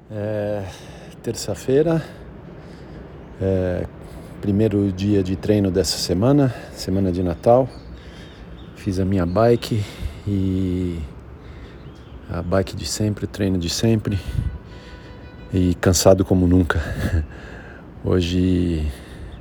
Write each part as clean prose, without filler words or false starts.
Terça-feira, primeiro dia de treino dessa semana de Natal. Fiz a minha bike e a bike de sempre, o treino de sempre e cansado como nunca. Hoje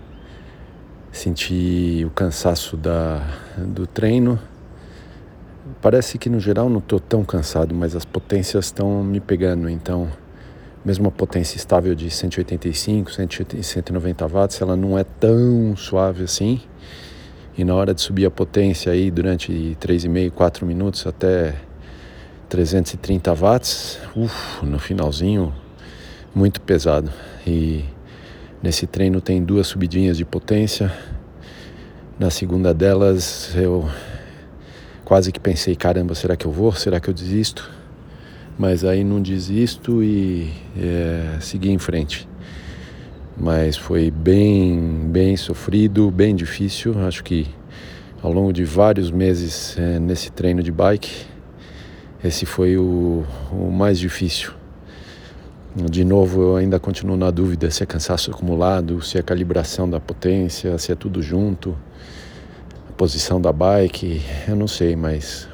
senti o cansaço do treino. Parece que no geral não estou tão cansado, mas as potências estão me pegando, então mesmo a potência estável de 185, 190 watts, ela não é tão suave assim. E na hora de subir a potência aí durante 3,5, 4 minutos até 330 watts, no finalzinho, muito pesado. E nesse treino tem 2 subidinhas de potência. Na segunda delas eu quase que pensei, caramba, será que eu vou? Será que eu desisto? Mas aí não desisto e segui em frente. Mas foi bem sofrido, bem difícil. Acho que ao longo de vários meses nesse treino de bike, esse foi o mais difícil. De novo, eu ainda continuo na dúvida se é cansaço acumulado, se é calibração da potência, se é tudo junto, a posição da bike, eu não sei, mas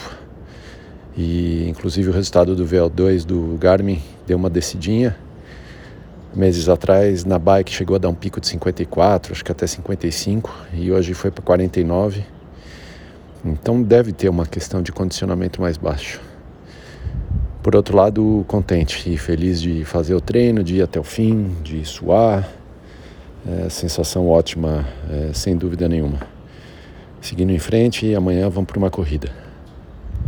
E inclusive o resultado do VO2 do Garmin deu uma descidinha. Meses atrás na bike chegou a dar um pico de 54, acho que até 55, e hoje foi para 49. Então deve ter uma questão de condicionamento mais baixo. Por outro lado, contente e feliz de fazer o treino, de ir até o fim, de suar. Sensação ótima, sem dúvida nenhuma. Seguindo em frente e amanhã vamos para uma corrida.